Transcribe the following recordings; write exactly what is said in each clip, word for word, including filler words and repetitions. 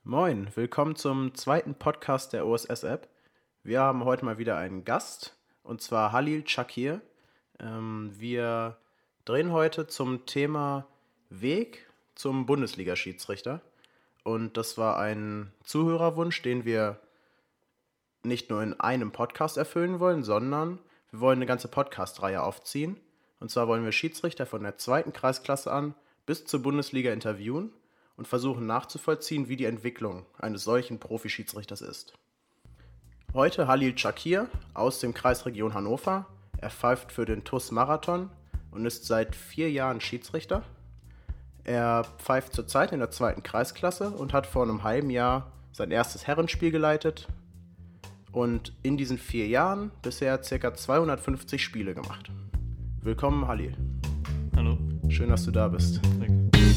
Moin, willkommen zum zweiten Podcast der O S S-App. Wir haben heute mal wieder einen Gast, und zwar Halil Çakır. Ähm, wir drehen heute zum Thema Weg zum Bundesliga-Schiedsrichter. Und das war ein Zuhörerwunsch, den wir nicht nur in einem Podcast erfüllen wollen, sondern wir wollen eine ganze Podcast-Reihe aufziehen. Und zwar wollen wir Schiedsrichter von der zweiten Kreisklasse an bis zur Bundesliga interviewen und versuchen nachzuvollziehen, wie die Entwicklung eines solchen Profischiedsrichters ist. Heute Halil Çakır aus dem Kreisregion Hannover. Er pfeift für den T U S Marathon und ist seit vier Jahren Schiedsrichter. Er pfeift zurzeit in der zweiten Kreisklasse und hat vor einem halben Jahr sein erstes Herrenspiel geleitet und in diesen vier Jahren bisher ca. zweihundertfünfzig Spiele gemacht. Willkommen, Halil. Hallo. Schön, dass du da bist. Danke.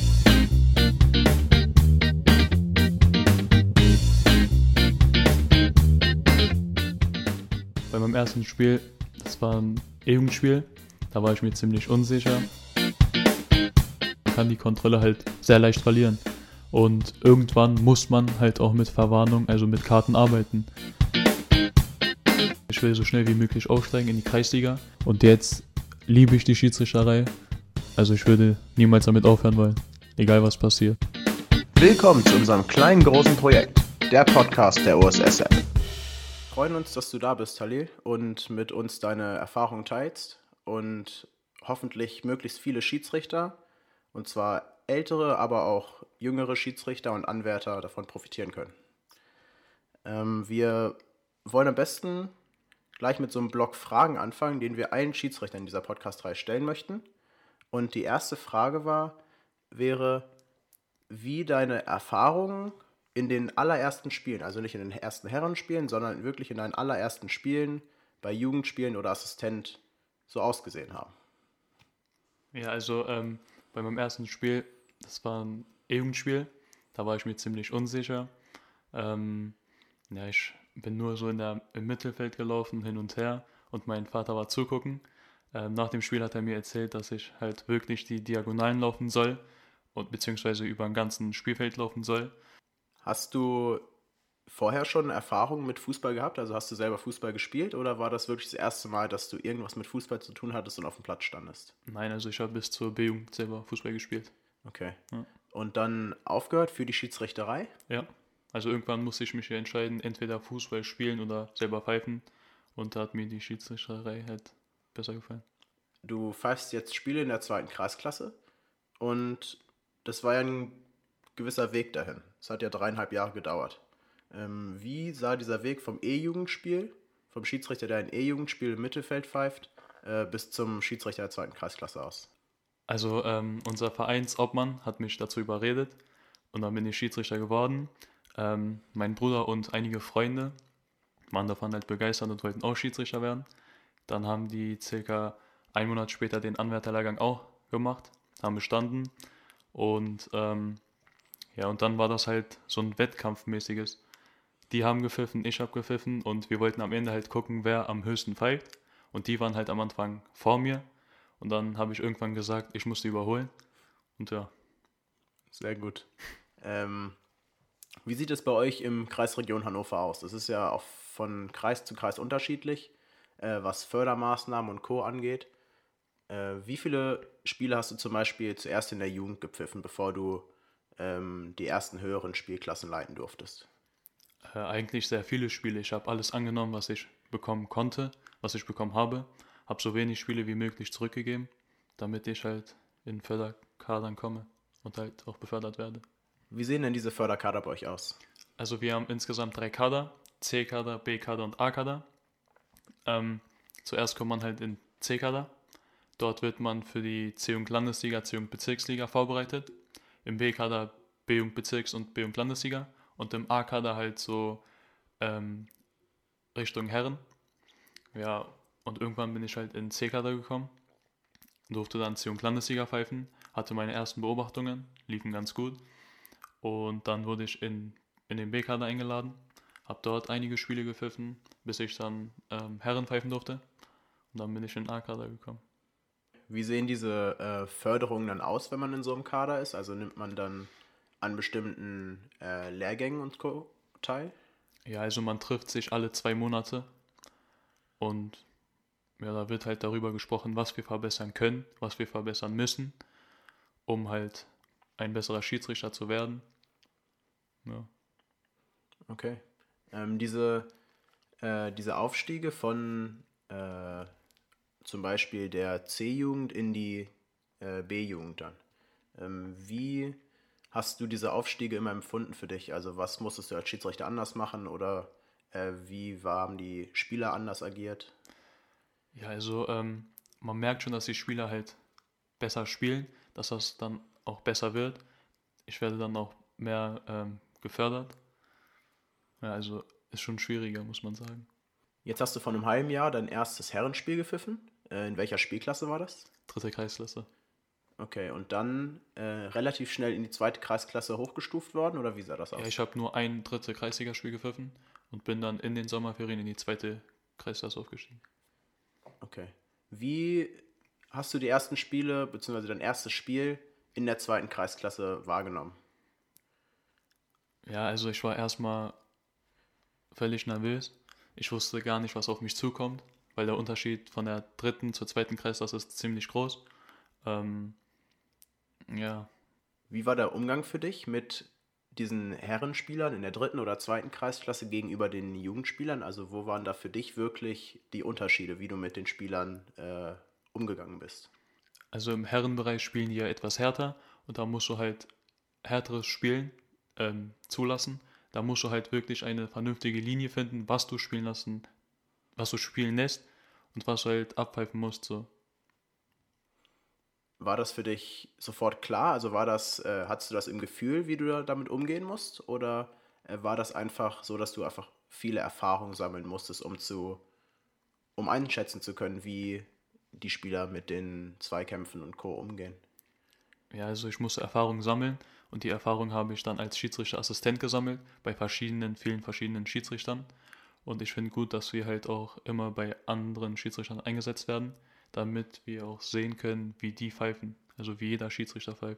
Bei meinem ersten Spiel, das war ein E-Jugendspiel, da war ich mir ziemlich unsicher. Man kann die Kontrolle halt sehr leicht verlieren. Und irgendwann muss man halt auch mit Verwarnung, also mit Karten arbeiten. Ich will so schnell wie möglich aufsteigen in die Kreisliga. Und jetzt liebe ich die Schiedsrichterei. Also ich würde niemals damit aufhören wollen, egal was passiert. Willkommen zu unserem kleinen großen Projekt, der Podcast der O S S-App. Wir freuen uns, dass du da bist, Halil, und mit uns deine Erfahrungen teilst und hoffentlich möglichst viele Schiedsrichter, und zwar ältere, aber auch jüngere Schiedsrichter und Anwärter davon profitieren können. Ähm, wir wollen am besten gleich mit so einem Block Fragen anfangen, den wir allen Schiedsrichtern in dieser Podcast-Reihe stellen möchten. Und die erste Frage war, wäre, wie deine Erfahrungen in den allerersten Spielen, also nicht in den ersten Herrenspielen, sondern wirklich in deinen allerersten Spielen, bei Jugendspielen oder Assistent, so ausgesehen haben. Ja, also ähm, bei meinem ersten Spiel, das war ein E-Jugendspiel, da war ich mir ziemlich unsicher. Ähm, ja, ich bin nur so in der, im Mittelfeld gelaufen, hin und her, und mein Vater war zugucken. Ähm, nach dem Spiel hat er mir erzählt, dass ich halt wirklich die Diagonalen laufen soll und beziehungsweise über ein ganzes Spielfeld laufen soll. Hast du vorher schon Erfahrungen mit Fußball gehabt? Also hast du selber Fußball gespielt oder war das wirklich das erste Mal, dass du irgendwas mit Fußball zu tun hattest und auf dem Platz standest? Nein, also ich habe bis zur B-Jugend selber Fußball gespielt. Okay. Ja. Und dann aufgehört für die Schiedsrichterei? Ja, also irgendwann musste ich mich hier entscheiden, entweder Fußball spielen oder selber pfeifen, und da hat mir die Schiedsrichterei halt besser gefallen. Du pfeifst jetzt Spiele in der zweiten Kreisklasse und das war ja ein gewisser Weg dahin. Es hat ja dreieinhalb Jahre gedauert. Ähm, wie sah dieser Weg vom E-Jugendspiel, vom Schiedsrichter, der ein E-Jugendspiel im Mittelfeld pfeift, äh, bis zum Schiedsrichter der zweiten Kreisklasse aus? Also ähm, unser Vereinsobmann hat mich dazu überredet und dann bin ich Schiedsrichter geworden. Ähm, mein Bruder und einige Freunde waren davon halt begeistert und wollten auch Schiedsrichter werden. Dann haben die circa einen Monat später den Anwärterlehrgang auch gemacht, haben bestanden, und ähm, ja, und dann war das halt so ein Wettkampfmäßiges. Die haben gepfiffen, ich habe gepfiffen, und wir wollten am Ende halt gucken, wer am höchsten pfeift. Und die waren halt am Anfang vor mir. Und dann habe ich irgendwann gesagt, ich muss die überholen. Und ja. Sehr gut. Ähm, wie sieht es bei euch im Kreisregion Hannover aus? Das ist ja auch von Kreis zu Kreis unterschiedlich, äh, was Fördermaßnahmen und Co. angeht. Äh, wie viele Spiele hast du zum Beispiel zuerst in der Jugend gepfiffen, bevor du ähm, die ersten höheren Spielklassen leiten durftest? Äh, eigentlich sehr viele Spiele. Ich habe alles angenommen, was ich bekommen konnte, was ich bekommen habe. Habe so wenig Spiele wie möglich zurückgegeben, damit ich halt in Förderkadern komme und halt auch befördert werde. Wie sehen denn diese Förderkader bei euch aus? Also wir haben insgesamt drei Kader: C-Kader, B-Kader und A-Kader. Ähm, zuerst kommt man halt in C-Kader. Dort wird man für die C-Jugend-Landesliga, C-Jugend-Bezirksliga vorbereitet. Im B-Kader B-Jugend-Bezirks- und B-Jugend-Landesliga. Und im A-Kader halt so ähm, Richtung Herren. Ja, und irgendwann bin ich halt in C-Kader gekommen, durfte dann C-Jugend-Landesliga pfeifen, hatte meine ersten Beobachtungen, liefen ganz gut. Und dann wurde ich in, in den B-Kader eingeladen, habe dort einige Spiele gepfiffen, bis ich dann ähm, Herren pfeifen durfte. Und dann bin ich in den A-Kader gekommen. Wie sehen diese äh, Förderungen dann aus, wenn man in so einem Kader ist? Also nimmt man dann an bestimmten äh, Lehrgängen und Co. teil? Ja, also man trifft sich alle zwei Monate und ja, da wird halt darüber gesprochen, was wir verbessern können, was wir verbessern müssen, um halt ein besserer Schiedsrichter zu werden. Ja. Okay. Ähm, diese, äh, diese Aufstiege von äh, zum Beispiel der C-Jugend in die äh, B-Jugend dann. Ähm, wie hast du diese Aufstiege immer empfunden für dich? Also was musstest du als Schiedsrichter anders machen oder äh, wie haben die Spieler anders agiert? Ja, also ähm, man merkt schon, dass die Spieler halt besser spielen, dass das dann auch besser wird. Ich werde dann auch mehr ähm, gefördert. Ja, also ist schon schwieriger, muss man sagen. Jetzt hast du vor einem halben Jahr dein erstes Herrenspiel gepfiffen. Äh, in welcher Spielklasse war das? Dritte Kreisklasse. Okay, und dann äh, relativ schnell in die zweite Kreisklasse hochgestuft worden oder wie sah das Ja, aus? ich habe nur ein dritte Kreisligaspiel gepfiffen und bin dann in den Sommerferien in die zweite Kreisklasse aufgestiegen. Okay. Wie hast du die ersten Spiele bzw. dein erstes Spiel in der zweiten Kreisklasse wahrgenommen? Ja, also ich war erstmal völlig nervös. Ich wusste gar nicht, was auf mich zukommt, weil der Unterschied von der dritten zur zweiten Kreisklasse ist ziemlich groß. Ähm, ja, Wie war der Umgang für dich mit diesen Herrenspielern in der dritten oder zweiten Kreisklasse gegenüber den Jugendspielern? Also wo waren da für dich wirklich die Unterschiede, wie du mit den Spielern äh, umgegangen bist? also im Herrenbereich spielen die ja etwas härter und da musst du halt härteres Spielen ähm, zulassen. Da musst du halt wirklich eine vernünftige Linie finden, was du spielen lassen, was du spielen lässt und was du halt abpfeifen musst. So. War das für dich sofort klar? Also war das, äh, hattest du das im Gefühl, wie du da damit umgehen musst? Oder äh, war das einfach so, dass du einfach viele Erfahrungen sammeln musstest, um zu, um einschätzen zu können, wie die Spieler mit den Zweikämpfen und Co. umgehen? Ja, also ich musste Erfahrung sammeln und die Erfahrung habe ich dann als Schiedsrichterassistent gesammelt, bei verschiedenen, vielen verschiedenen Schiedsrichtern. Und ich finde gut, dass wir halt auch immer bei anderen Schiedsrichtern eingesetzt werden, damit wir auch sehen können, wie die pfeifen, also wie jeder Schiedsrichter pfeift.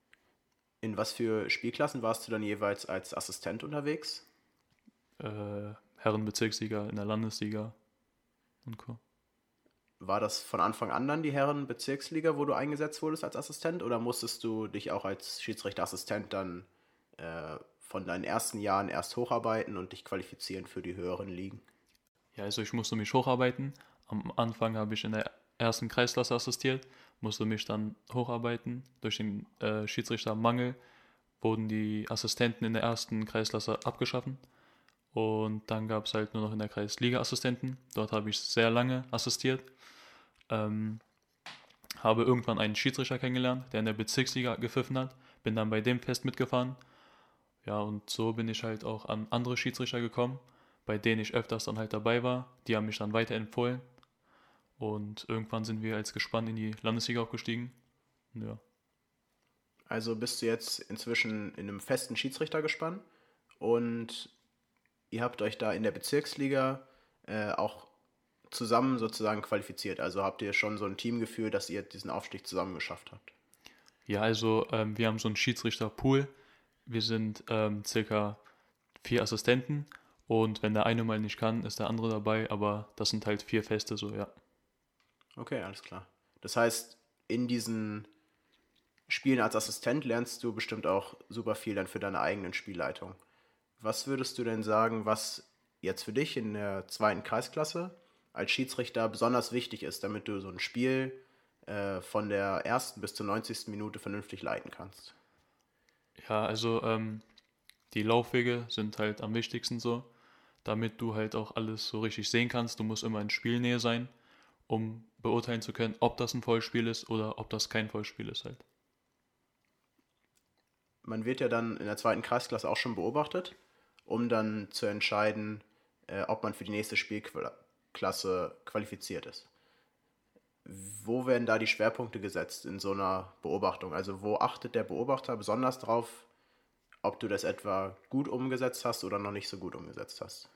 In was für Spielklassen warst du dann jeweils als Assistent unterwegs? Äh, Herrenbezirksliga in der Landesliga und Co. War das von Anfang an dann die Herren-Bezirksliga, wo du eingesetzt wurdest als Assistent? Oder musstest du dich auch als Schiedsrichterassistent dann äh, von deinen ersten Jahren erst hocharbeiten und dich qualifizieren für die höheren Ligen? Ja, also ich musste mich hocharbeiten. Am Anfang habe ich in der ersten Kreisklasse assistiert, musste mich dann hocharbeiten. Durch den äh, Schiedsrichtermangel wurden die Assistenten in der ersten Kreisklasse abgeschaffen. Und dann gab es halt nur noch in der Kreisliga Assistenten. Dort habe ich sehr lange assistiert. Ähm, habe irgendwann einen Schiedsrichter kennengelernt, der in der Bezirksliga gepfiffen hat. Bin dann bei dem Fest mitgefahren. Ja, und so bin ich halt auch an andere Schiedsrichter gekommen, bei denen ich öfters dann halt dabei war. Die haben mich dann weiterempfohlen. Und irgendwann sind wir als Gespann in die Landesliga aufgestiegen. Ja. Also bist du jetzt inzwischen in einem festen Schiedsrichtergespann und ihr habt euch da in der Bezirksliga äh, auch zusammen sozusagen qualifiziert. Also habt ihr schon so ein Teamgefühl, dass ihr diesen Aufstieg zusammen geschafft habt. Ja, also ähm, wir haben so einen Schiedsrichterpool. Wir sind ähm, circa vier Assistenten und wenn der eine mal nicht kann, ist der andere dabei, aber das sind halt vier Feste so, ja. Okay, alles klar. Das heißt, in diesen Spielen als Assistent lernst du bestimmt auch super viel dann für deine eigenen Spielleitung. Was würdest du denn sagen, was jetzt für dich in der zweiten Kreisklasse als Schiedsrichter besonders wichtig ist, damit du so ein Spiel äh, von der ersten bis zur neunzigsten Minute vernünftig leiten kannst? Ja, also ähm, die Laufwege sind halt am wichtigsten so, damit du halt auch alles so richtig sehen kannst. Du musst immer in Spielnähe sein, um beurteilen zu können, ob das ein Vollspiel ist oder ob das kein Vollspiel ist halt. Man wird ja dann in der zweiten Kreisklasse auch schon beobachtet, um dann zu entscheiden, äh, ob man für die nächste Spielklasse qualifiziert ist. Wo werden da die Schwerpunkte gesetzt in so einer Beobachtung? Also wo achtet der Beobachter besonders drauf, ob du das etwa gut umgesetzt hast oder noch nicht so gut umgesetzt hast?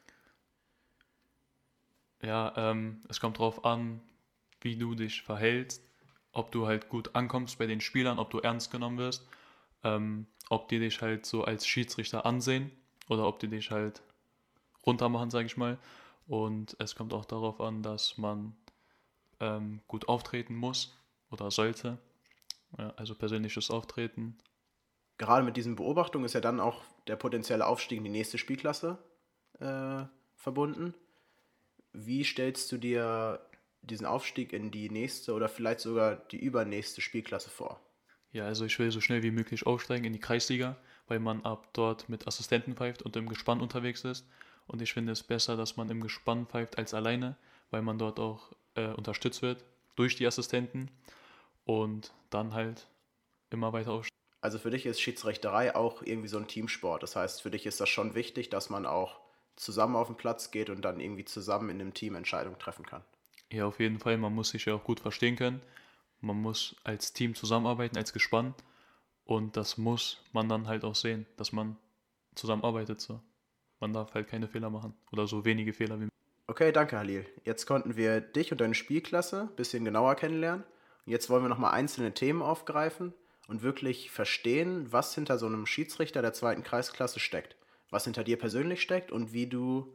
Ja, ähm, es kommt drauf an, wie du dich verhältst, ob du halt gut ankommst bei den Spielern, ob du ernst genommen wirst. ähm, ob die dich halt so als Schiedsrichter ansehen oder ob die dich halt runtermachen, sage ich mal. Und es kommt auch darauf an, dass man ähm, gut auftreten muss oder sollte. Ja, also persönliches Auftreten. Gerade mit diesen Beobachtungen ist ja dann auch der potenzielle Aufstieg in die nächste Spielklasse äh, verbunden. Wie stellst du dir diesen Aufstieg in die nächste oder vielleicht sogar die übernächste Spielklasse vor? Ja, also ich will so schnell wie möglich aufsteigen in die Kreisliga, weil man ab dort mit Assistenten pfeift und im Gespann unterwegs ist. Und ich finde es besser, dass man im Gespann pfeift als alleine, weil man dort auch äh, unterstützt wird durch die Assistenten und dann halt immer weiter aufsteigt. Also für dich ist Schiedsrichterei auch irgendwie so ein Teamsport. Das heißt, für dich ist das schon wichtig, dass man auch zusammen auf den Platz geht und dann irgendwie zusammen in einem Team Entscheidungen treffen kann. Ja, auf jeden Fall, man muss sich ja auch gut verstehen können. Man muss als Team zusammenarbeiten, als Gespann. Und das muss man dann halt auch sehen, dass man zusammenarbeitet. So. Man darf halt keine Fehler machen oder so wenige Fehler wie möglich. Okay, danke Halil. Jetzt konnten wir dich und deine Spielklasse ein bisschen genauer kennenlernen. Und jetzt wollen wir nochmal einzelne Themen aufgreifen und wirklich verstehen, was hinter so einem Schiedsrichter der zweiten Kreisklasse steckt. Was hinter dir persönlich steckt und wie du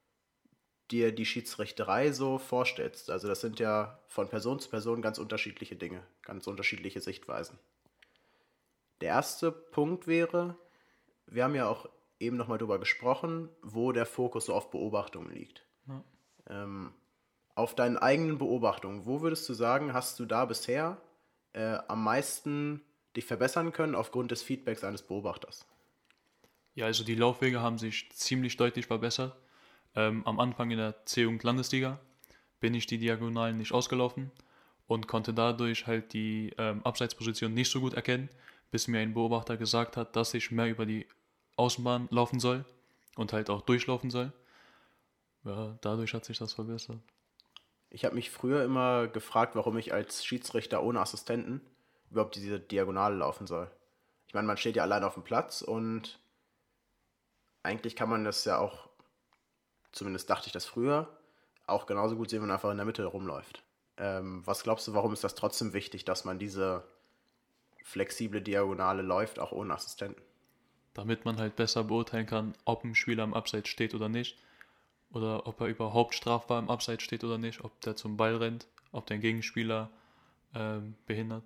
dir die Schiedsrichterei so vorstellst. Also das sind ja von Person zu Person ganz unterschiedliche Dinge, ganz unterschiedliche Sichtweisen. Der erste Punkt wäre, wir haben ja auch eben nochmal darüber gesprochen, wo der Fokus so auf Beobachtungen liegt. Ja. Ähm, auf deinen eigenen Beobachtungen, wo würdest du sagen, hast du da bisher äh, am meisten dich verbessern können aufgrund des Feedbacks eines Beobachters? Ja, also die Laufwege haben sich ziemlich deutlich verbessert. Ähm, am Anfang in der C-Jugend-Landesliga bin ich die Diagonalen nicht ausgelaufen und konnte dadurch halt die ähm, Abseitsposition nicht so gut erkennen, bis mir ein Beobachter gesagt hat, dass ich mehr über die Außenbahn laufen soll und halt auch durchlaufen soll. Ja, dadurch hat sich das verbessert. Ich habe mich früher immer gefragt, warum ich als Schiedsrichter ohne Assistenten überhaupt diese Diagonale laufen soll. Ich meine, man steht ja allein auf dem Platz und eigentlich kann man das ja auch, zumindest dachte ich das früher, auch genauso gut sehen, wenn man einfach in der Mitte rumläuft. Ähm, was glaubst du, warum ist das trotzdem wichtig, dass man diese flexible Diagonale läuft, auch ohne Assistenten? Damit man halt besser beurteilen kann, ob ein Spieler im Abseits steht oder nicht. Oder ob er überhaupt strafbar im Abseits steht oder nicht. Ob der zum Ball rennt, ob der Gegenspieler ähm, behindert.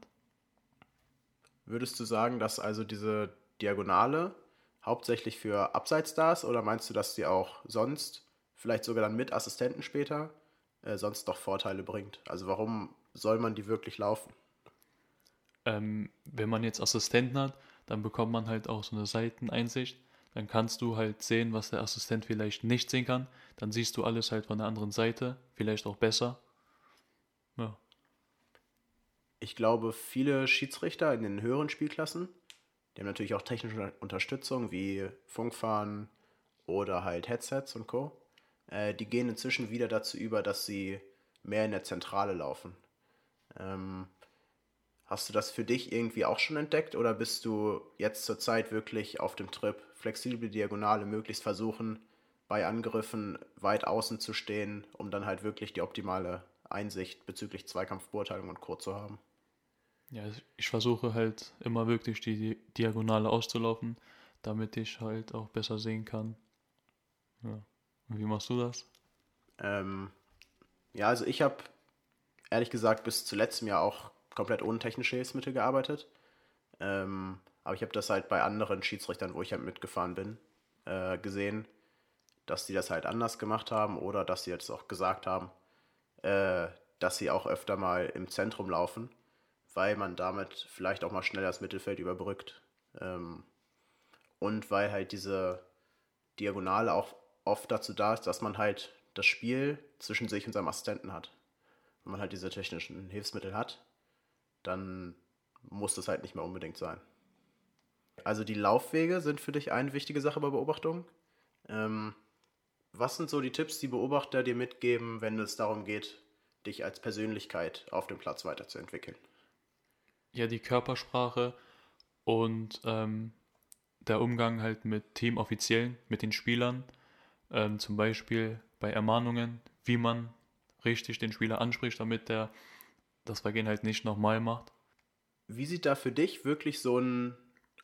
Würdest du sagen, dass also diese Diagonale hauptsächlich für Abseits da ist oder meinst du, dass sie auch sonst, vielleicht sogar dann mit Assistenten später, äh, sonst noch Vorteile bringt? Also warum soll man die wirklich laufen? Ähm, wenn man jetzt Assistenten hat, dann bekommt man halt auch so eine Seiteneinsicht. Dann kannst du halt sehen, was der Assistent vielleicht nicht sehen kann. Dann siehst du alles halt von der anderen Seite, vielleicht auch besser. Ja. Ich glaube, viele Schiedsrichter in den höheren Spielklassen, die haben natürlich auch technische Unterstützung wie Funkfahren oder halt Headsets und Co. Äh, die gehen inzwischen wieder dazu über, dass sie mehr in der Zentrale laufen. Ähm, Hast du das für dich irgendwie auch schon entdeckt oder bist du jetzt zurzeit wirklich auf dem Trip, flexible Diagonale möglichst versuchen, bei Angriffen weit außen zu stehen, um dann halt wirklich die optimale Einsicht bezüglich Zweikampfbeurteilung und Co. zu haben? Ja, ich versuche halt immer wirklich die Diagonale auszulaufen, damit ich halt auch besser sehen kann. Ja. Und wie machst du das? Ähm, ja, also ich habe ehrlich gesagt bis zu letztem Jahr auch komplett ohne technische Hilfsmittel gearbeitet. Ähm, aber ich habe das halt bei anderen Schiedsrichtern, wo ich halt mitgefahren bin, äh, gesehen, dass die das halt anders gemacht haben oder dass sie jetzt auch gesagt haben, äh, dass sie auch öfter mal im Zentrum laufen, weil man damit vielleicht auch mal schneller das Mittelfeld überbrückt. Ähm, und weil halt diese Diagonale auch oft dazu da ist, dass man halt das Spiel zwischen sich und seinem Assistenten hat. Wenn man halt diese technischen Hilfsmittel hat, dann muss das halt nicht mehr unbedingt sein. Also die Laufwege sind für dich eine wichtige Sache bei Beobachtungen. Ähm, was sind so die Tipps, die Beobachter dir mitgeben, wenn es darum geht, dich als Persönlichkeit auf dem Platz weiterzuentwickeln? Ja, die Körpersprache und ähm, der Umgang halt mit Teamoffiziellen, mit den Spielern, ähm, zum Beispiel bei Ermahnungen, wie man richtig den Spieler anspricht, damit der das Vergehen halt nicht nochmal macht. Wie sieht da für dich wirklich so ein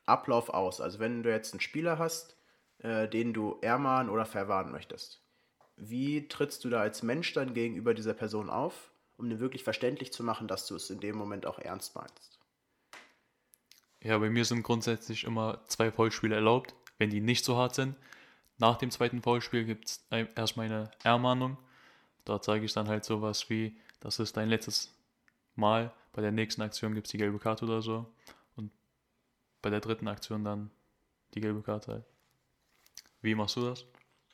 Ablauf aus? Also wenn du jetzt einen Spieler hast, äh, den du ermahnen oder verwarnen möchtest, wie trittst du da als Mensch dann gegenüber dieser Person auf, um dir wirklich verständlich zu machen, dass du es in dem Moment auch ernst meinst? Ja, bei mir sind grundsätzlich immer zwei Foulspiele erlaubt, wenn die nicht so hart sind. Nach dem zweiten Foulspiel gibt es erstmal eine Ermahnung. Dort sage ich dann halt sowas wie, das ist dein letztes Mal. Bei der nächsten Aktion gibt es die gelbe Karte oder so. Und bei der dritten Aktion dann die gelbe Karte halt. Wie machst du das?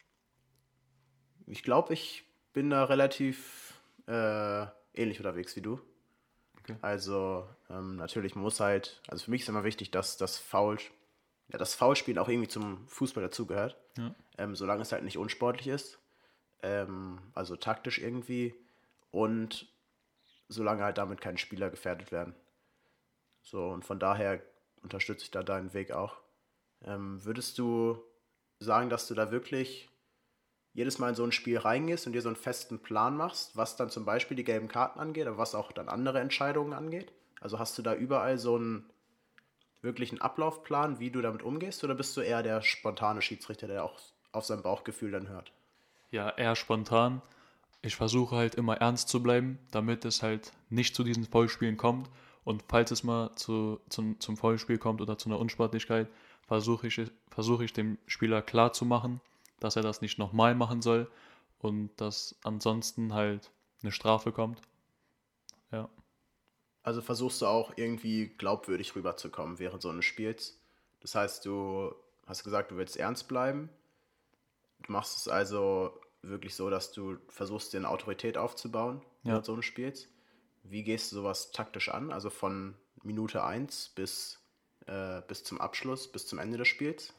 Ich glaube, ich bin da relativ äh, ähnlich unterwegs wie du. Okay. Also ähm, natürlich muss halt, also für mich ist immer wichtig, dass das Foul, ja, das Foulspielen auch irgendwie zum Fußball dazugehört, Ja. ähm, solange es halt nicht unsportlich ist, ähm, also taktisch irgendwie und solange halt damit keine Spieler gefährdet werden. So, und von daher unterstütze ich da deinen Weg auch. Ähm, würdest du sagen, dass du da wirklich jedes Mal in so ein Spiel reingehst und dir so einen festen Plan machst, was dann zum Beispiel die gelben Karten angeht, aber was auch dann andere Entscheidungen angeht? Also hast du da überall so einen wirklichen Ablaufplan, wie du damit umgehst, oder bist du eher der spontane Schiedsrichter, der auch auf sein Bauchgefühl dann hört? Ja, eher spontan. Ich versuche halt immer ernst zu bleiben, damit es halt nicht zu diesen Foulspielen kommt. Und falls es mal zu, zum, zum Foulspiel kommt oder zu einer Unsportlichkeit, versuche ich, versuche ich dem Spieler klarzumachen, dass er das nicht nochmal machen soll und dass ansonsten halt eine Strafe kommt. Ja. Also versuchst du auch irgendwie glaubwürdig rüberzukommen während so eines Spiels. Das heißt, du hast gesagt, du willst ernst bleiben. Du machst es also wirklich so, dass du versuchst, dir eine Autorität aufzubauen Ja. während so eines Spiels. Wie gehst du sowas taktisch an? Also von Minute eins bis, äh, bis zum Abschluss, bis zum Ende des Spiels?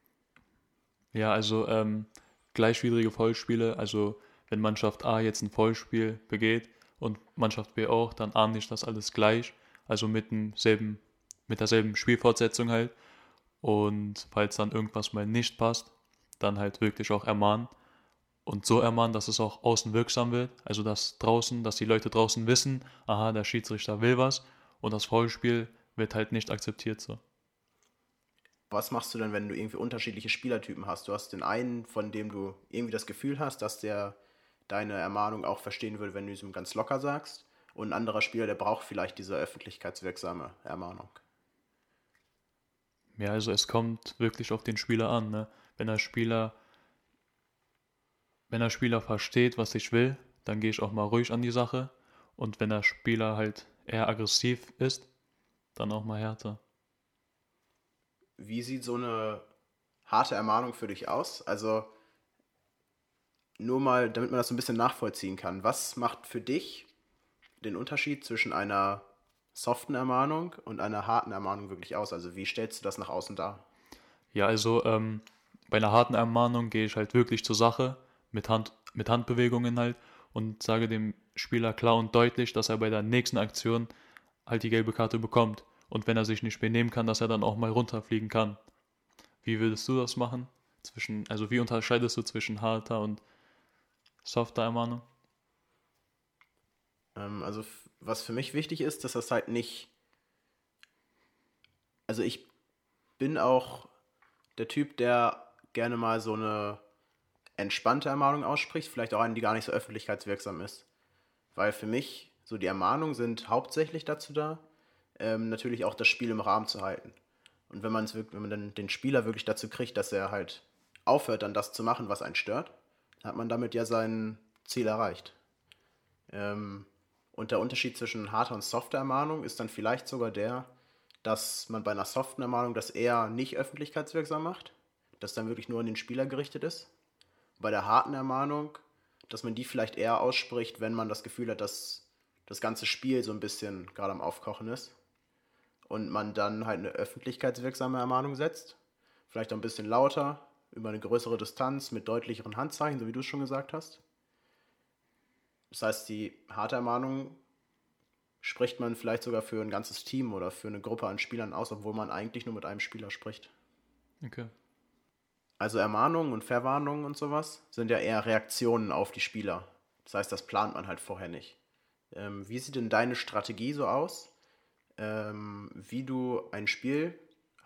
Ja, also ähm, gleichwidrige Foulspiele, also wenn Mannschaft A jetzt ein Foulspiel begeht und Mannschaft B auch, dann ahnde ich das alles gleich, also mit demselben, mit derselben Spielfortsetzung halt. Und falls dann irgendwas mal nicht passt, dann halt wirklich auch ermahnen und so ermahnen, dass es auch außen wirksam wird, also dass draußen, dass die Leute draußen wissen, aha, der Schiedsrichter will was und das Foulspiel wird halt nicht akzeptiert so. Was machst du denn, wenn du irgendwie unterschiedliche Spielertypen hast? Du hast den einen, von dem du irgendwie das Gefühl hast, dass der deine Ermahnung auch verstehen würde, wenn du es ihm ganz locker sagst. Und ein anderer Spieler, der braucht vielleicht diese öffentlichkeitswirksame Ermahnung. Ja, also es kommt wirklich auf den Spieler an, ne? Wenn der Spieler Wenn der Spieler versteht, was ich will, dann gehe ich auch mal ruhig an die Sache. Und wenn der Spieler halt eher aggressiv ist, dann auch mal härter. Wie sieht so eine harte Ermahnung für dich aus? Also nur mal, damit man das so ein bisschen nachvollziehen kann. Was macht für dich den Unterschied zwischen einer soften Ermahnung und einer harten Ermahnung wirklich aus? Also wie stellst du das nach außen dar? Ja, also ähm, bei einer harten Ermahnung gehe ich halt wirklich zur Sache, mit Hand, mit Handbewegungen halt und sage dem Spieler klar und deutlich, dass er bei der nächsten Aktion halt die gelbe Karte bekommt. Und wenn er sich nicht benehmen kann, dass er dann auch mal runterfliegen kann. Wie würdest du das machen? Zwischen, also wie unterscheidest du zwischen harter und softer Ermahnung? Ähm, also f- was für mich wichtig ist, dass das halt nicht, also ich bin auch der Typ, der gerne mal so eine entspannte Ermahnung ausspricht, vielleicht auch eine, die gar nicht so öffentlichkeitswirksam ist. Weil für mich so die Ermahnungen sind hauptsächlich dazu da, ähm, natürlich auch das Spiel im Rahmen zu halten. Und wenn man es wirklich, wenn man dann den Spieler wirklich dazu kriegt, dass er halt aufhört, dann das zu machen, was einen stört, dann hat man damit ja sein Ziel erreicht. Ähm, und der Unterschied zwischen harter und softer Ermahnung ist dann vielleicht sogar der, dass man bei einer soften Ermahnung das eher nicht öffentlichkeitswirksam macht, das dann wirklich nur an den Spieler gerichtet ist. Bei der harten Ermahnung, dass man die vielleicht eher ausspricht, wenn man das Gefühl hat, dass das ganze Spiel so ein bisschen gerade am Aufkochen ist und man dann halt eine öffentlichkeitswirksame Ermahnung setzt. Vielleicht auch ein bisschen lauter, über eine größere Distanz, mit deutlicheren Handzeichen, so wie du es schon gesagt hast. Das heißt, die harte Ermahnung spricht man vielleicht sogar für ein ganzes Team oder für eine Gruppe an Spielern aus, obwohl man eigentlich nur mit einem Spieler spricht. Okay. Also Ermahnungen und Verwarnungen und sowas sind ja eher Reaktionen auf die Spieler. Das heißt, das plant man halt vorher nicht. Ähm, wie sieht denn deine Strategie so aus, ähm, wie du ein Spiel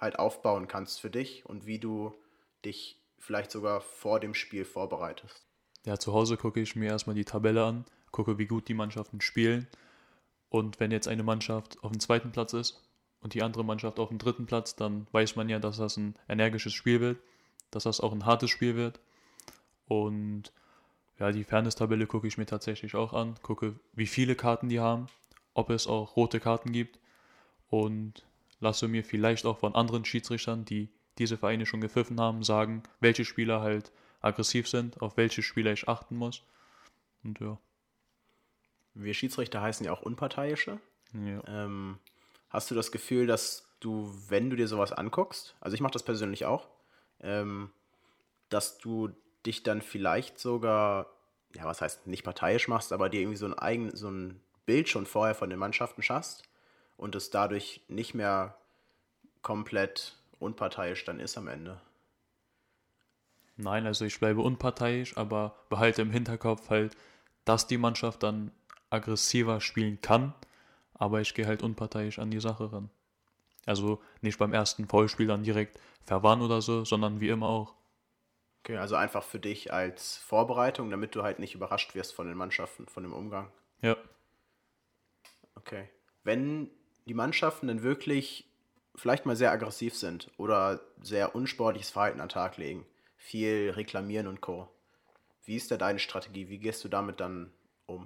halt aufbauen kannst für dich und wie du dich vielleicht sogar vor dem Spiel vorbereitest. Ja, zu Hause gucke ich mir erstmal die Tabelle an, gucke, wie gut die Mannschaften spielen. Und wenn jetzt eine Mannschaft auf dem zweiten Platz ist und die andere Mannschaft auf dem dritten Platz, dann weiß man ja, dass das ein energisches Spiel wird, dass das auch ein hartes Spiel wird. Und ja, die Fairness-Tabelle gucke ich mir tatsächlich auch an, gucke, wie viele Karten die haben, ob es auch rote Karten gibt und lasse mir vielleicht auch von anderen Schiedsrichtern, die diese Vereine schon gepfiffen haben, sagen, welche Spieler halt aggressiv sind, auf welche Spieler ich achten muss. Und ja. Wir Schiedsrichter heißen ja auch Unparteiische. Ja. Ähm, hast du das Gefühl, dass du, wenn du dir sowas anguckst, also ich mache das persönlich auch, ähm, dass du dich dann vielleicht sogar, ja, was heißt nicht parteiisch machst, aber dir irgendwie so ein eigen, so ein Bild schon vorher von den Mannschaften schaffst und es dadurch nicht mehr komplett unparteiisch dann ist am Ende? Nein, also ich bleibe unparteiisch, aber behalte im Hinterkopf halt, dass die Mannschaft dann aggressiver spielen kann, aber ich gehe halt unparteiisch an die Sache ran. Also nicht beim ersten Foulspiel dann direkt verwarnen oder so, sondern wie immer auch. Okay, also einfach für dich als Vorbereitung, damit du halt nicht überrascht wirst von den Mannschaften, von dem Umgang. Ja. Okay. Wenn die Mannschaften dann wirklich vielleicht mal sehr aggressiv sind oder sehr unsportliches Verhalten an den Tag legen, viel reklamieren und Co. Wie ist da deine Strategie? Wie gehst du damit dann um?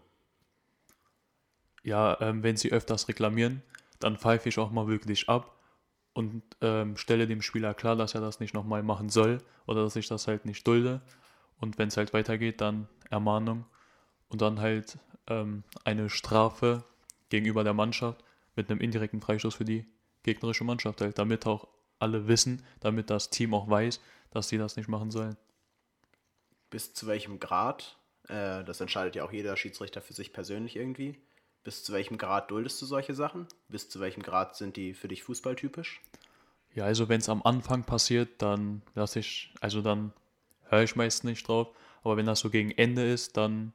Ja, ähm, wenn sie öfters reklamieren, dann pfeife ich auch mal wirklich ab und ähm, stelle dem Spieler klar, dass er das nicht nochmal machen soll oder dass ich das halt nicht dulde. Und wenn es halt weitergeht, dann Ermahnung und dann halt ähm, eine Strafe gegenüber der Mannschaft mit einem indirekten Freistoß für die gegnerische Mannschaft halt, damit auch alle wissen, damit das Team auch weiß, dass sie das nicht machen sollen. Bis zu welchem Grad, äh, das entscheidet ja auch jeder Schiedsrichter für sich persönlich irgendwie, bis zu welchem Grad duldest du solche Sachen? Bis zu welchem Grad sind die für dich fußballtypisch? Ja, also wenn es am Anfang passiert, dann lasse ich, also dann höre ich meist nicht drauf, aber wenn das so gegen Ende ist, dann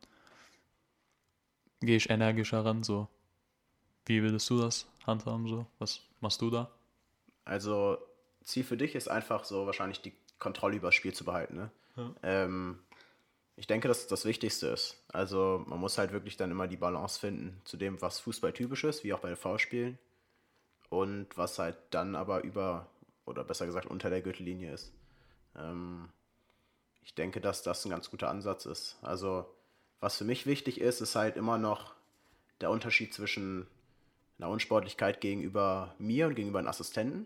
gehe ich energischer ran, so. Wie würdest du das handhaben, so? Was machst du da? Also Ziel für dich ist einfach so wahrscheinlich die Kontrolle über das Spiel zu behalten. Ne? Ja. Ähm, ich denke, dass das Wichtigste ist. Also man muss halt wirklich dann immer die Balance finden zu dem, was Fußball typisch ist, wie auch bei den Foulspielen. Und was halt dann aber über, oder besser gesagt unter der Gürtellinie ist. Ähm, ich denke, dass das ein ganz guter Ansatz ist. Also was für mich wichtig ist, ist halt immer noch der Unterschied zwischen einer Unsportlichkeit gegenüber mir und gegenüber einem Assistenten,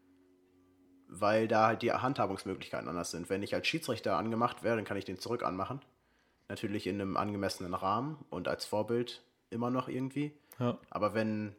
weil da halt die Handhabungsmöglichkeiten anders sind. Wenn ich als Schiedsrichter angemacht werde, dann kann ich den zurück anmachen. Natürlich in einem angemessenen Rahmen und als Vorbild immer noch irgendwie. Ja. Aber wenn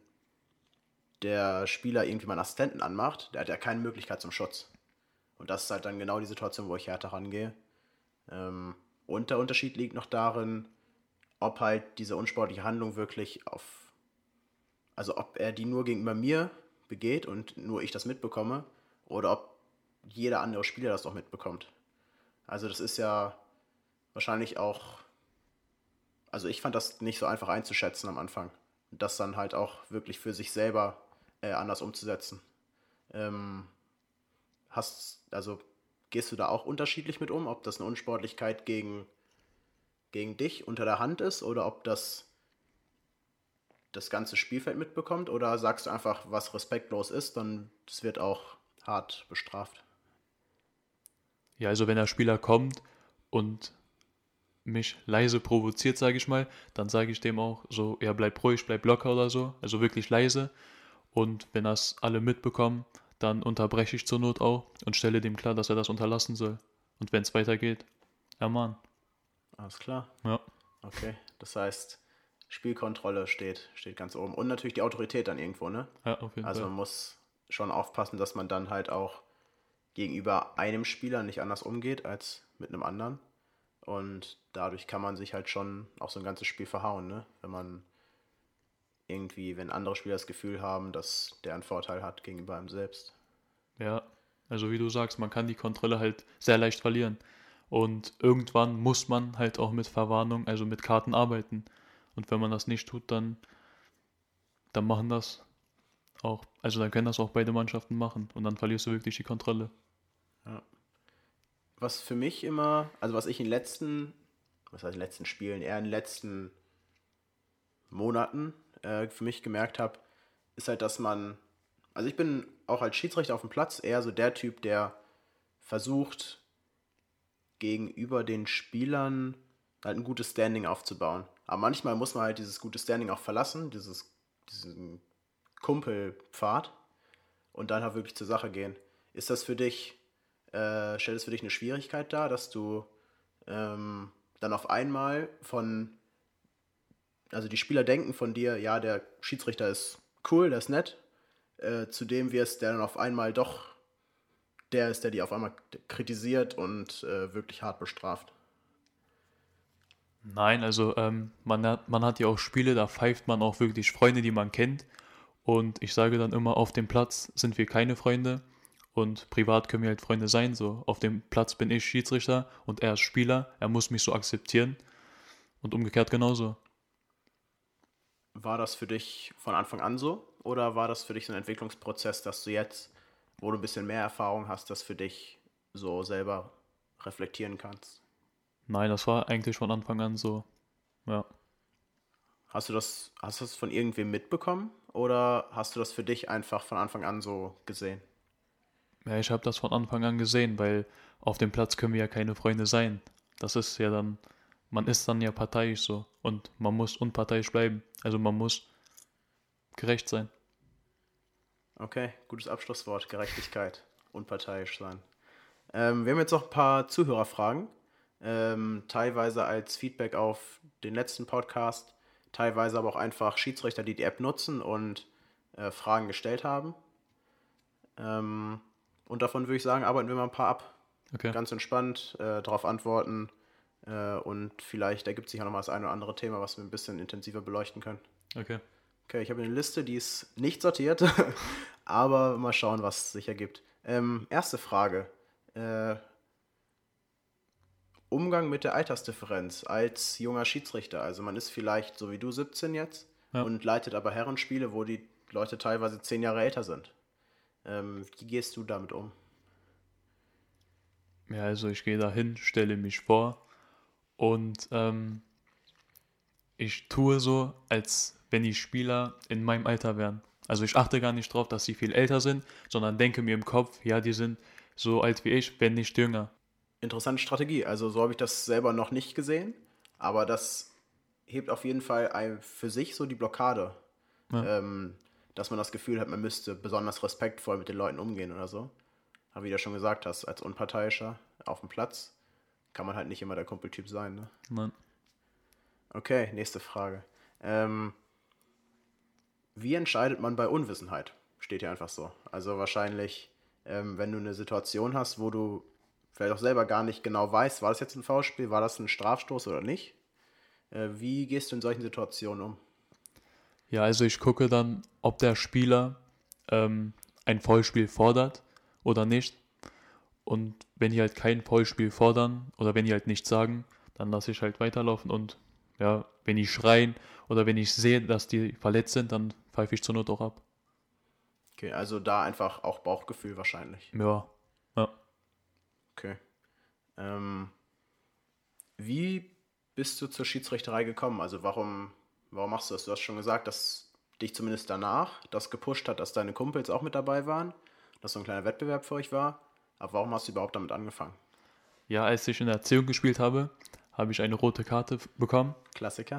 der Spieler irgendwie meinen Assistenten anmacht, der hat ja keine Möglichkeit zum Schutz. Und das ist halt dann genau die Situation, wo ich härter rangehe. Ähm, und der Unterschied liegt noch darin, ob halt diese unsportliche Handlung wirklich auf, also ob er die nur gegenüber mir begeht und nur ich das mitbekomme oder ob jeder andere Spieler das auch mitbekommt. Also das ist ja wahrscheinlich auch, also ich fand das nicht so einfach einzuschätzen am Anfang. Und das dann halt auch wirklich für sich selber äh, anders umzusetzen. Ähm, hast, also gehst du da auch unterschiedlich mit um, ob das eine Unsportlichkeit gegen, gegen dich unter der Hand ist oder ob das das ganze Spielfeld mitbekommt oder sagst du einfach, was respektlos ist, dann das wird auch hart bestraft? Ja, also wenn der Spieler kommt und mich leise provoziert, sage ich mal, dann sage ich dem auch so, ja, bleib ruhig, bleib locker oder so, also wirklich leise. Und wenn das alle mitbekommen, dann unterbreche ich zur Not auch und stelle dem klar, dass er das unterlassen soll. Und wenn es weitergeht, ermahnen. Alles klar. Ja. Okay, das heißt, Spielkontrolle steht, steht ganz oben. Und natürlich die Autorität dann irgendwo, ne? Ja, auf jeden Also Fall. man muss schon aufpassen, dass man dann halt auch gegenüber einem Spieler nicht anders umgeht als mit einem anderen. Und dadurch kann man sich halt schon auch so ein ganzes Spiel verhauen, ne? Wenn man irgendwie, wenn andere Spieler das Gefühl haben, dass der einen Vorteil hat gegenüber einem selbst. Ja, also wie du sagst, man kann die Kontrolle halt sehr leicht verlieren. Und irgendwann muss man halt auch mit Verwarnung, also mit Karten arbeiten. Und wenn man das nicht tut, dann, dann machen das auch, also dann können das auch beide Mannschaften machen und dann verlierst du wirklich die Kontrolle. Ja. Was für mich immer, also was ich in den letzten, was heißt in den letzten Spielen, eher in den letzten Monaten äh, für mich gemerkt habe, ist halt, dass man, also ich bin auch als Schiedsrichter auf dem Platz eher so der Typ, der versucht, gegenüber den Spielern halt ein gutes Standing aufzubauen. Aber manchmal muss man halt dieses gute Standing auch verlassen, dieses, diesen Kumpelpfad und dann halt wirklich zur Sache gehen. Ist das für dich, äh, stellt es für dich eine Schwierigkeit dar, dass du ähm, dann auf einmal von, also die Spieler denken von dir, ja, der Schiedsrichter ist cool, der ist nett, äh, zu dem wirst, der dann auf einmal doch der ist, der die auf einmal kritisiert und äh, wirklich hart bestraft. Nein, also ähm, man hat, man hat ja auch Spiele, da pfeift man auch wirklich Freunde, die man kennt. Und ich sage dann immer, auf dem Platz sind wir keine Freunde und privat können wir halt Freunde sein. So, auf dem Platz bin ich Schiedsrichter und er ist Spieler, er muss mich so akzeptieren und umgekehrt genauso. War das für dich von Anfang an so? Oder war das für dich so ein Entwicklungsprozess, dass du jetzt, wo du ein bisschen mehr Erfahrung hast, das für dich so selber reflektieren kannst? Nein, das war eigentlich von Anfang an so, ja. Hast du das, hast du das von irgendwem mitbekommen? Oder hast du das für dich einfach von Anfang an so gesehen? Ja, ich habe das von Anfang an gesehen, weil auf dem Platz können wir ja keine Freunde sein. Das ist ja dann, man ist dann ja parteiisch so und man muss unparteiisch bleiben. Also man muss gerecht sein. Okay, gutes Abschlusswort. Gerechtigkeit. Unparteiisch sein. Ähm, wir haben jetzt noch ein paar Zuhörerfragen. Ähm, teilweise als Feedback auf den letzten Podcast, teilweise aber auch einfach Schiedsrichter, die die App nutzen und äh, Fragen gestellt haben. Ähm, und davon würde ich sagen, arbeiten wir mal ein paar ab. Okay. Ganz entspannt äh, darauf antworten äh, und vielleicht ergibt sich auch noch mal das eine oder andere Thema, was wir ein bisschen intensiver beleuchten können. Okay. Okay, ich habe eine Liste, die ist nicht sortiert, aber mal schauen, was sich ergibt. Ähm, erste Frage. Äh, Umgang mit der Altersdifferenz als junger Schiedsrichter. Also man ist vielleicht so wie du siebzehn jetzt Ja. und leitet aber Herrenspiele, wo die Leute teilweise zehn Jahre älter sind. Ähm, wie gehst du damit um? Ja, also ich gehe da hin, stelle mich vor und ähm, ich tue so, als wenn die Spieler in meinem Alter wären. Also ich achte gar nicht drauf, dass sie viel älter sind, sondern denke mir im Kopf, ja, die sind so alt wie ich, wenn nicht jünger. Interessante Strategie. Also so habe ich das selber noch nicht gesehen, aber das hebt auf jeden Fall ein, für sich so die Blockade, Ja. ähm, dass man das Gefühl hat, man müsste besonders respektvoll mit den Leuten umgehen oder so. Aber wie du ja schon gesagt hast, als Unparteiischer auf dem Platz kann man halt nicht immer der Kumpeltyp sein. Ne? Nein. Okay, nächste Frage. Ähm, wie entscheidet man bei Unwissenheit? Steht hier einfach so. Also wahrscheinlich, ähm, wenn du eine Situation hast, wo du vielleicht auch selber gar nicht genau weißt, war das jetzt ein Foulspiel, war das ein Strafstoß oder nicht? Äh, wie gehst du in solchen Situationen um? Ja, also ich gucke dann, ob der Spieler ähm, ein Foulspiel fordert oder nicht. Und wenn die halt kein Foulspiel fordern oder wenn die halt nichts sagen, dann lasse ich halt weiterlaufen. Und ja, wenn die schreien oder wenn ich sehe, dass die verletzt sind, dann pfeife ich zur Not auch ab. Okay, also da einfach auch Bauchgefühl wahrscheinlich. Ja, ja. Okay. Ähm, wie bist du zur Schiedsrichterei gekommen? Also warum, warum machst du das? Du hast schon gesagt, dass dich zumindest danach das gepusht hat, dass deine Kumpels auch mit dabei waren, dass so ein kleiner Wettbewerb für euch war. Aber warum hast du überhaupt damit angefangen? Ja, als ich in der Erziehung gespielt habe, habe ich eine rote Karte f- bekommen. Klassiker.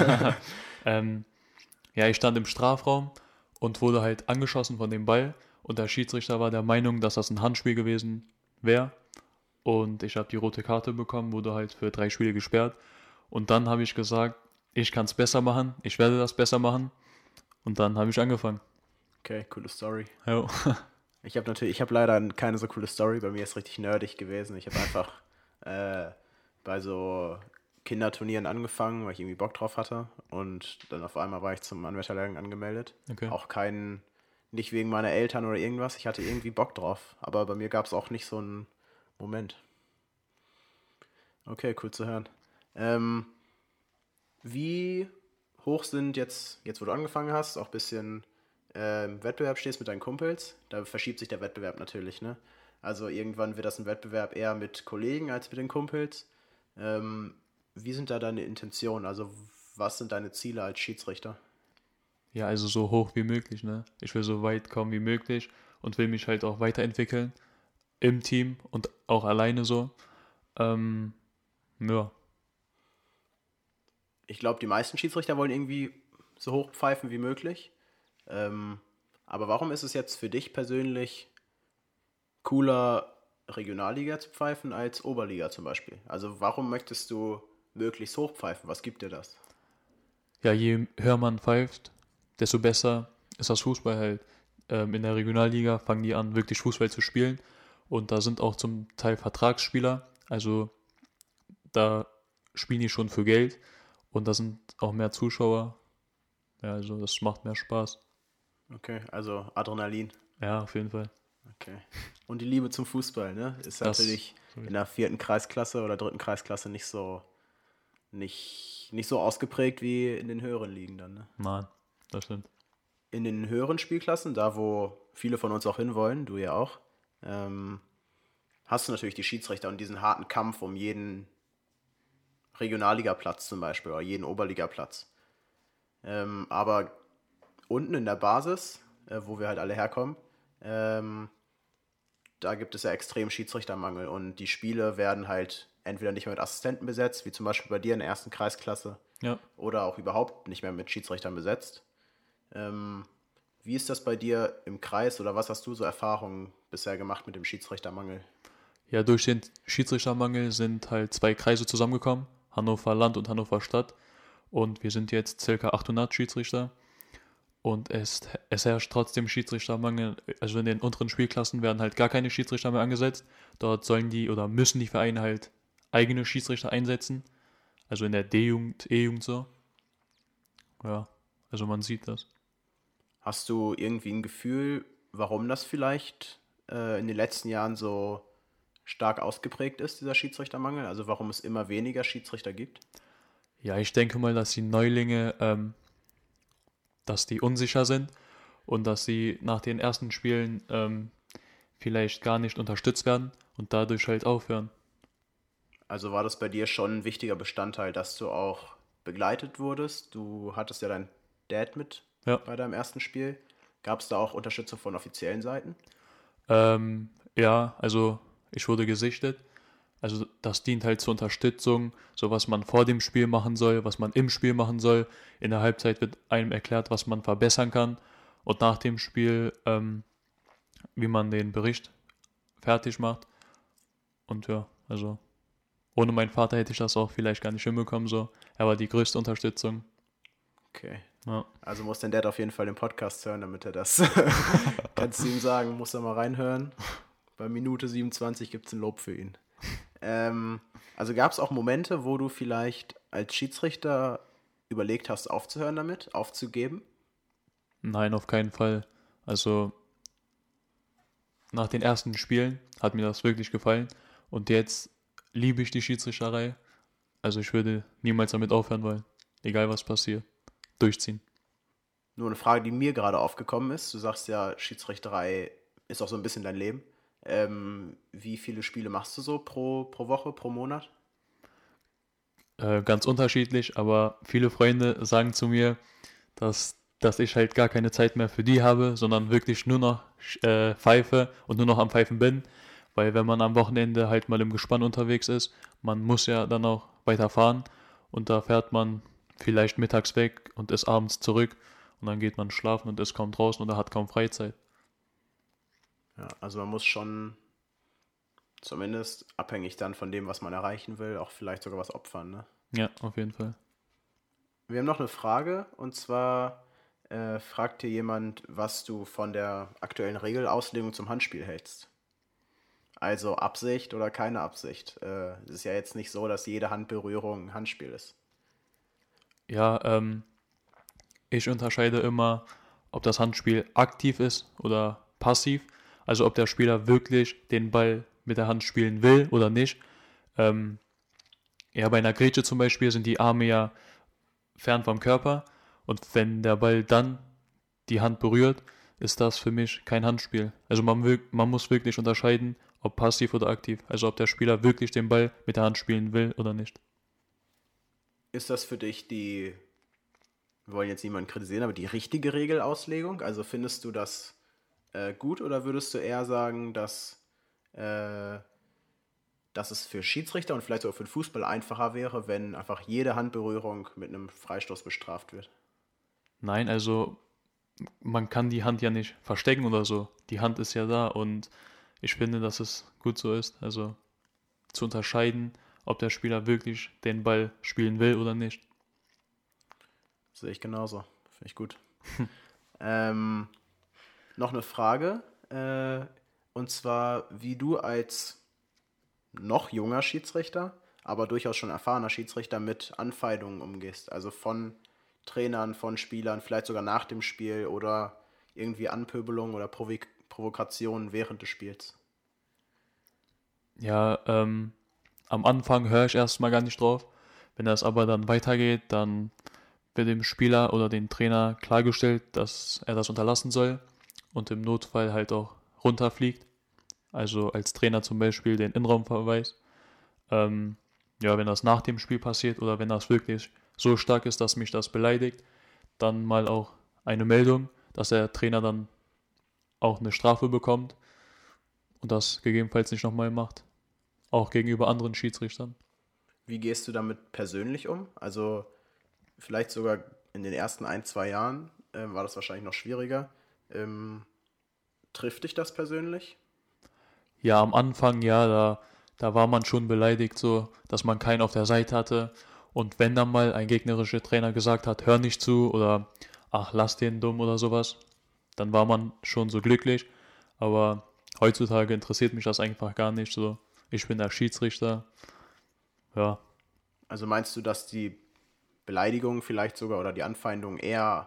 Ähm, ja, ich stand im Strafraum und wurde halt angeschossen von dem Ball und der Schiedsrichter war der Meinung, dass das ein Handspiel gewesen wäre und ich habe die rote Karte bekommen, wurde halt für drei Spiele gesperrt und dann habe ich gesagt, ich kann es besser machen, ich werde das besser machen und dann habe ich angefangen. Okay, coole Story. Jo. Ich habe natürlich, ich habe leider keine so coole Story. Bei mir ist richtig nerdig gewesen. Ich habe einfach äh, bei so Kinderturnieren angefangen, weil ich irgendwie Bock drauf hatte. Und dann auf einmal war ich zum Anwärterlehrgang angemeldet. Okay. Auch kein, nicht wegen meiner Eltern oder irgendwas. Ich hatte irgendwie Bock drauf. Aber bei mir gab es auch nicht so einen Moment. Okay, cool zu hören. Ähm, wie hoch sind jetzt, jetzt wo du angefangen hast, auch ein bisschen äh, im Wettbewerb stehst mit deinen Kumpels, da verschiebt sich der Wettbewerb natürlich, ne? Also irgendwann wird das ein Wettbewerb eher mit Kollegen als mit den Kumpels. Ähm, wie sind da deine Intentionen? Also was sind deine Ziele als Schiedsrichter? Ja, also so hoch wie möglich, ne? Ich will so weit kommen wie möglich und will mich halt auch weiterentwickeln im Team und auch alleine so. Ähm, ja, Ich glaube, die meisten Schiedsrichter wollen irgendwie so hoch pfeifen wie möglich. Ähm, aber warum ist es jetzt für dich persönlich cooler, Regionalliga zu pfeifen als Oberliga zum Beispiel? Also warum möchtest du möglichst hoch pfeifen? Was gibt dir das? ja, je höher man pfeift, desto besser ist das Fußball halt. Ähm, in der Regionalliga fangen die an, wirklich Fußball zu spielen. Und da sind auch zum Teil Vertragsspieler. Also da spielen die schon für Geld. Und da sind auch mehr Zuschauer. Ja, also das macht mehr Spaß. Okay, also Adrenalin. Ja, auf jeden Fall. Okay. Und die Liebe zum Fußball, ne? Ist Das, natürlich in der vierten Kreisklasse oder dritten Kreisklasse nicht so, nicht, nicht so ausgeprägt wie in den höheren Ligen dann, ne? nein, das stimmt. In den höheren Spielklassen, da wo viele von uns auch hinwollen, du ja auch, ähm, hast du natürlich die Schiedsrichter und diesen harten Kampf um jeden Regionalligaplatz zum Beispiel oder jeden Oberligaplatz. Ähm, aber unten in der Basis, äh, wo wir halt alle herkommen, ähm, da gibt es ja extrem Schiedsrichtermangel und die Spiele werden halt entweder nicht mehr mit Assistenten besetzt, wie zum Beispiel bei dir in der ersten Kreisklasse, Ja. oder auch überhaupt nicht mehr mit Schiedsrichtern besetzt. Ähm, wie ist das bei dir im Kreis oder was hast du so Erfahrungen bisher gemacht mit dem Schiedsrichtermangel? Ja, durch den Schiedsrichtermangel sind halt zwei Kreise zusammengekommen, Hannover Land und Hannover Stadt. Und wir sind jetzt circa achthundert Schiedsrichter. Und es, es herrscht trotzdem Schiedsrichtermangel. Also in den unteren Spielklassen werden halt gar keine Schiedsrichter mehr angesetzt. Dort sollen die oder müssen die Vereine halt eigene Schiedsrichter einsetzen. Also in der D-Jugend, E-Jugend so. Ja, also man sieht das. Hast du irgendwie ein Gefühl, warum das vielleicht äh, in den letzten Jahren so stark ausgeprägt ist, dieser Schiedsrichtermangel? Also warum es immer weniger Schiedsrichter gibt? Ja, ich denke mal, dass die Neulinge, ähm, dass die unsicher sind und dass sie nach den ersten Spielen ähm, vielleicht gar nicht unterstützt werden und dadurch halt aufhören. Also war das bei dir schon ein wichtiger Bestandteil, dass du auch begleitet wurdest? Du hattest ja deinen Dad mit Ja. bei deinem ersten Spiel. Gab es da auch Unterstützung von offiziellen Seiten? Ähm, ja, also ich wurde gesichtet. Also das dient halt zur Unterstützung, so was man vor dem Spiel machen soll, was man im Spiel machen soll. In der Halbzeit wird einem erklärt, was man verbessern kann. Und nach dem Spiel, ähm, wie man den Bericht fertig macht. Und ja, also ohne meinen Vater hätte ich das auch vielleicht gar nicht hinbekommen. So. Er war die größte Unterstützung. Okay. Ja. Also muss dein Dad auf jeden Fall den Podcast hören, damit er das. Kannst du ihm sagen, muss er mal reinhören. Bei Minute siebenundzwanzig gibt es ein Lob für ihn. Ähm, also gab es auch Momente, wo du vielleicht als Schiedsrichter überlegt hast, aufzuhören damit, aufzugeben? Nein, auf keinen Fall. Also nach den ersten Spielen hat mir das wirklich gefallen. Und jetzt liebe ich die Schiedsrichterei. Also ich würde niemals damit aufhören wollen. Egal was passiert. Durchziehen. Nur eine Frage, die mir gerade aufgekommen ist. Du sagst ja, Schiedsrichterei ist auch so ein bisschen dein Leben. Ähm, wie viele Spiele machst du so pro, pro Woche, pro Monat? Äh, ganz unterschiedlich, aber viele Freunde sagen zu mir, dass, dass ich halt gar keine Zeit mehr für die habe, sondern wirklich nur noch äh, pfeife und nur noch am Pfeifen bin. Weil wenn man am Wochenende halt mal im Gespann unterwegs ist, man muss ja dann auch weiterfahren und da fährt man vielleicht mittags weg und ist abends zurück und dann geht man schlafen und ist kaum draußen oder hat kaum Freizeit. Ja, also man muss schon zumindest abhängig dann von dem, was man erreichen will, auch vielleicht sogar was opfern, ne? Ja, auf jeden Fall. Wir haben noch eine Frage und zwar äh, fragt hier jemand, was du von der aktuellen Regelauslegung zum Handspiel hältst. Also Absicht oder keine Absicht. Äh, es ist ja jetzt nicht so, dass jede Handberührung ein Handspiel ist. Ja, ähm, ich unterscheide immer, ob das Handspiel aktiv ist oder passiv. Also ob der Spieler wirklich den Ball mit der Hand spielen will oder nicht. Ähm, ja, bei einer Grätsche zum Beispiel sind die Arme ja fern vom Körper. Und wenn der Ball dann die Hand berührt, ist das für mich kein Handspiel. Also man, will, man muss wirklich unterscheiden, ob passiv oder aktiv. Also ob der Spieler wirklich den Ball mit der Hand spielen will oder nicht. Ist das für dich die, wir wollen jetzt niemanden kritisieren, aber die richtige Regelauslegung? Also findest du das äh, gut oder würdest du eher sagen, dass, äh, dass es für Schiedsrichter und vielleicht sogar für den Fußball einfacher wäre, wenn einfach jede Handberührung mit einem Freistoß bestraft wird? Nein, also man kann die Hand ja nicht verstecken oder so. Die Hand ist ja da und ich finde, dass es gut so ist. Also zu unterscheiden, ob der Spieler wirklich den Ball spielen will oder nicht. Sehe ich genauso. Finde ich gut. ähm, noch eine Frage. Äh, und zwar, wie du als noch junger Schiedsrichter, aber durchaus schon erfahrener Schiedsrichter mit Anfeindungen umgehst. Also von Trainern, von Spielern, vielleicht sogar nach dem Spiel oder irgendwie Anpöbelungen oder Provi- Provokationen während des Spiels. Ja, ähm, am Anfang höre ich erstmal gar nicht drauf. Wenn das aber dann weitergeht, dann wird dem Spieler oder dem Trainer klargestellt, dass er das unterlassen soll und im Notfall halt auch runterfliegt. Also als Trainer zum Beispiel den Innenraumverweis. Ähm, ja, wenn das nach dem Spiel passiert oder wenn das wirklich so stark ist, dass mich das beleidigt, dann mal auch eine Meldung, dass der Trainer dann auch eine Strafe bekommt und das gegebenenfalls nicht nochmal macht. Auch gegenüber anderen Schiedsrichtern. Wie gehst du damit persönlich um? Also vielleicht sogar in den ersten ein, zwei Jahren äh, war das wahrscheinlich noch schwieriger. Ähm, trifft dich das persönlich? Ja, am Anfang, ja, da, da war man schon beleidigt, so, dass man keinen auf der Seite hatte. Und wenn dann mal ein gegnerischer Trainer gesagt hat, hör nicht zu oder ach, lass den dumm oder sowas, dann war man schon so glücklich. Aber heutzutage interessiert mich das einfach gar nicht so. Ich bin der Schiedsrichter. Ja, Also meinst du, dass die Beleidigungen vielleicht sogar oder die Anfeindungen eher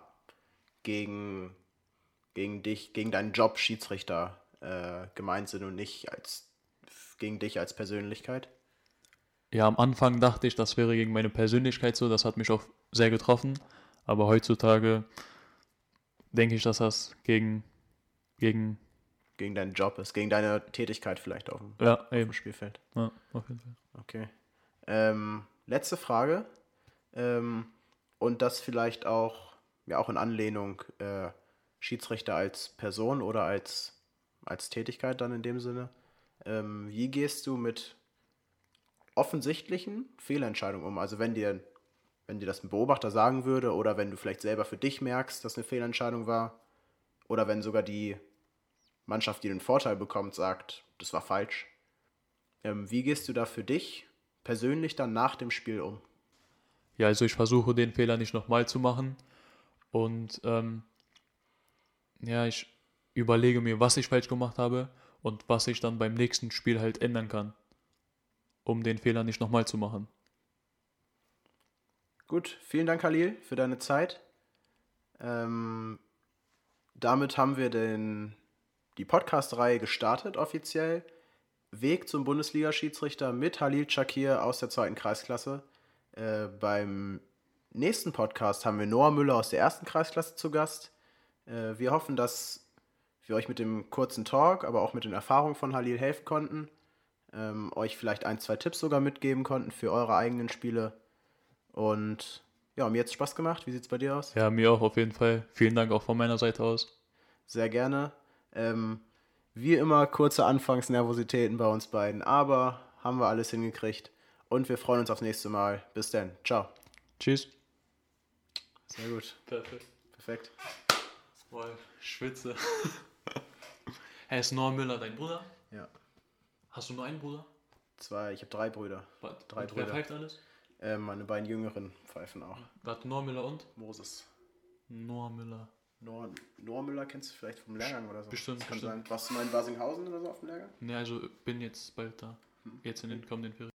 gegen, gegen dich, gegen deinen Job Schiedsrichter äh, gemeint sind und nicht als gegen dich als Persönlichkeit? ja, am Anfang dachte ich, das wäre gegen meine Persönlichkeit so. Das hat mich auch sehr getroffen. Aber heutzutage denke ich, dass das gegen, gegen, Gegen deinen Job ist, gegen deine Tätigkeit vielleicht auf dem, ja, auf dem eben. Spielfeld. Ja, auf jeden Fall. Okay. Ähm, letzte Frage. Ähm, und das vielleicht auch, ja auch in Anlehnung, äh, Schiedsrichter als Person oder als, als Tätigkeit dann in dem Sinne. Ähm, wie gehst du mit offensichtlichen Fehlentscheidungen um? Also wenn dir, wenn dir das ein Beobachter sagen würde oder wenn du vielleicht selber für dich merkst, dass eine Fehlentscheidung war oder wenn sogar die Mannschaft, die den Vorteil bekommt, sagt, das war falsch. Ähm, wie gehst du da für dich persönlich dann nach dem Spiel um? Ja, also ich versuche den Fehler nicht nochmal zu machen und ähm, ja, ich überlege mir, was ich falsch gemacht habe und was ich dann beim nächsten Spiel halt ändern kann, um den Fehler nicht nochmal zu machen. Gut, vielen Dank, Khalil, für deine Zeit. Ähm, damit haben wir den, die Podcast-Reihe gestartet offiziell. Weg zum Bundesliga-Schiedsrichter mit Halil Çakır aus der zweiten Kreisklasse. Äh, beim nächsten Podcast haben wir Noah Müller aus der ersten Kreisklasse zu Gast. Äh, wir hoffen, dass wir euch mit dem kurzen Talk, aber auch mit den Erfahrungen von Halil helfen konnten. Ähm, euch vielleicht ein, zwei Tipps sogar mitgeben konnten für eure eigenen Spiele. Und ja, mir hat es Spaß gemacht. Wie sieht es bei dir aus? Ja, mir auch auf jeden Fall. Vielen Dank auch von meiner Seite aus. Sehr gerne. Ähm, wie immer kurze Anfangsnervositäten bei uns beiden, aber haben wir alles hingekriegt. Und wir freuen uns aufs nächste Mal. Bis dann. Ciao. Tschüss. Sehr gut. Perfekt. Perfekt. Boah, ich schwitze. Hey, ist Noah Müller dein Bruder? Ja. Hast du nur einen Bruder? Zwei, ich habe drei Brüder. Warte, Drei und wer Brüder. pfeift alles? Äh, meine beiden Jüngeren pfeifen auch. Warte, Noah Müller und? Moses. Noah Müller. Noah, Noah Müller kennst du vielleicht vom Lehrgang oder so? Bestimmt, Das kann bestimmt. sein. Warst du mal in Basinghausen oder so auf dem Lehrgang? Ne, also bin jetzt bald da. Jetzt in den kommenden Ferien.